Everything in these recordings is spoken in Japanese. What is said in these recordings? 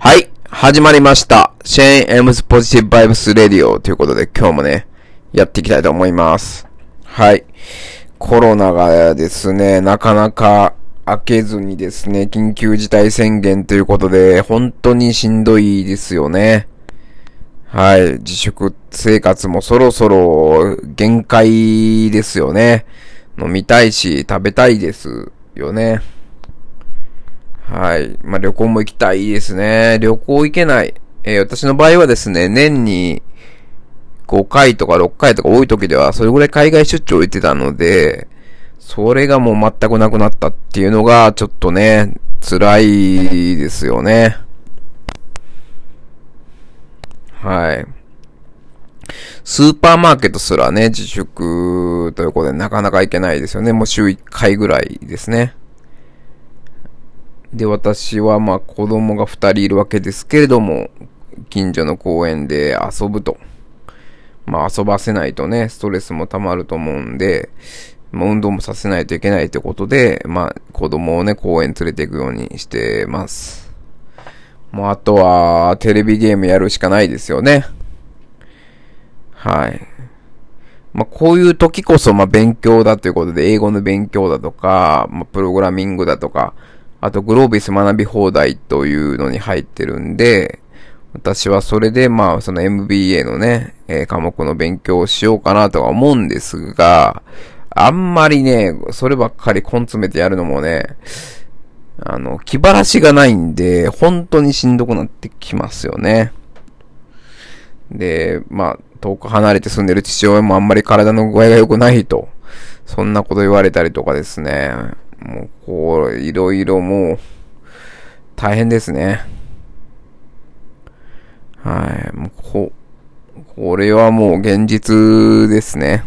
はい、始まりました。シェーン・エムズ・ポジティブ・バイブス・レディオということで今日もね、やっていきたいと思います。はい。コロナがですね、なかなか明けずにですね、緊急事態宣言ということで、本当にしんどいですよね。はい。自粛生活もそろそろ限界ですよね。飲みたいし、食べたいですよね。はい。まあ、旅行も行きたいですね。旅行行けない。私の場合はですね、年に5回とか6回とか多い時では、それぐらい海外出張行ってたので、それがもう全くなくなったっていうのが、ちょっとね、辛いですよね。はい。スーパーマーケットすらね、自粛ということでなかなか行けないですよね。もう週1回ぐらいですね。で、私はまあ子供が2人いるわけですけれども、近所の公園で遊ぶと。まあ遊ばせないとね、ストレスも溜まると思うんで、まあ運動もさせないといけないということで、まあ子供をね、公園連れて行くようにしてます。もうあとは、テレビゲームやるしかないですよね。はい。まあこういう時こそ、まあ勉強だということで、英語の勉強だとか、まあプログラミングだとか、あとグロービス学び放題というのに入ってるんで、私はそれでまあその MBA のね、科目の勉強をしようかなとは思うんですが、あんまりね、そればっかり根詰めてやるのもね、気晴らしがないんで、本当にしんどくなってきますよね。で、まあ、遠く離れて住んでる父親もあんまり体の具合が良くないと、そんなこと言われたりとかですね、もう、こう、いろいろもう、大変ですね。はい。もうこれはもう現実ですね。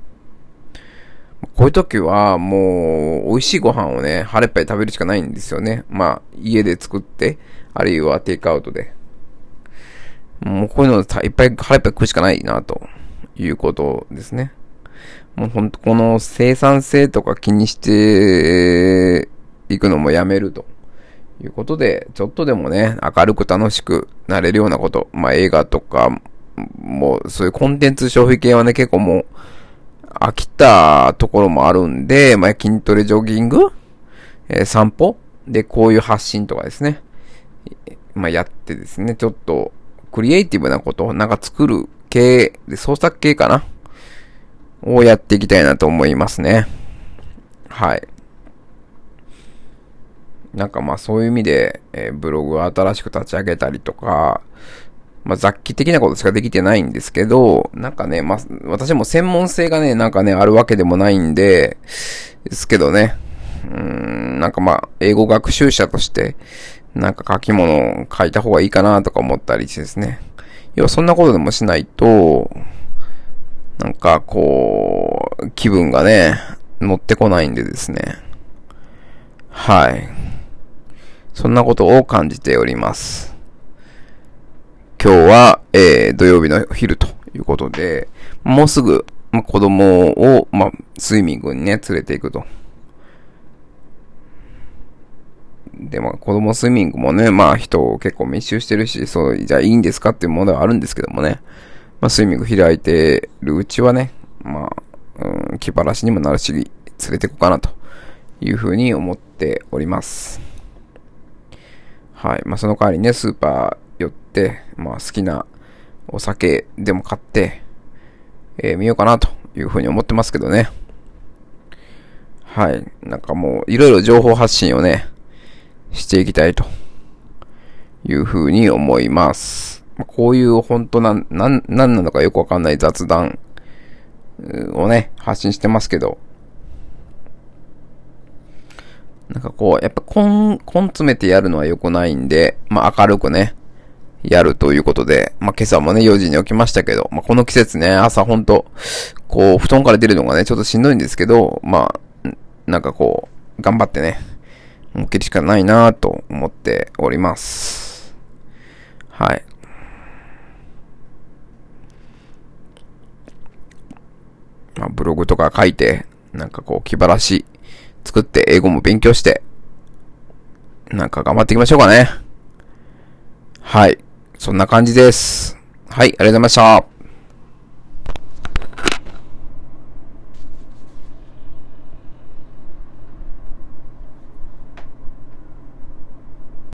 こういう時はもう美味しいご飯をね、腹いっぱい食べるしかないんですよね。まあ、家で作って、あるいはテイクアウトで。もうこういうのいっぱい腹いっぱい食うしかないな、ということですね。もうほんとこの生産性とか気にしていくのもやめるということで、ちょっとでもね、明るく楽しくなれるようなこと、まあ映画とか、もうそういうコンテンツ消費系はね、結構もう飽きたところもあるんで、まあ筋トレ、ジョギング、散歩でこういう発信とかですね、まあやってですね、ちょっとクリエイティブなこと、なんか作る系で創作系かなをやっていきたいなと思いますね。はい。なんかまあそういう意味で、ブログを新しく立ち上げたりとか、まあ雑記的なことしかできてないんですけど、なんかね、まあ私も専門性がね、なんかね、あるわけでもないんで、ですけどね、なんかまあ英語学習者として、なんか書き物を書いた方がいいかなとか思ったりしてですね。要はそんなことでもしないと、なんかこう、気分がね、乗ってこないんでですね。はい。そんなことを感じております。今日は、土曜日の昼ということで、もうすぐ、子供を、スイミングにね、連れて行くと。で、子供スイミングもね、人を結構密集してるし、そう、じゃあいいんですかっていうものではあるんですけどもね。スイミング開いてるうちはね、気晴らしにもなるし、連れて行こうかなというふうに思っております。はい。その代わりね、スーパー寄って、好きなお酒でも買って、みようかなというふうに思ってますけどね。はい。なんかもう、いろいろ情報発信をね、していきたいというふうに思います。こういう本当なんなのかよくわかんない雑談をね、発信してますけど、なんかこう、やっぱ根詰めてやるのは良くないんで、明るくね、やるということで、今朝もね、4時に起きましたけど、この季節ね、朝ほんと、こう、布団から出るのがね、ちょっとしんどいんですけど、なんかこう、頑張ってね、起きるしかないなと思っております。はい。ブログとか書いて、なんかこう、気晴らし作って、英語も勉強して、なんか頑張っていきましょうかね。 はい。そんな感じです。はい、ありがとうございました。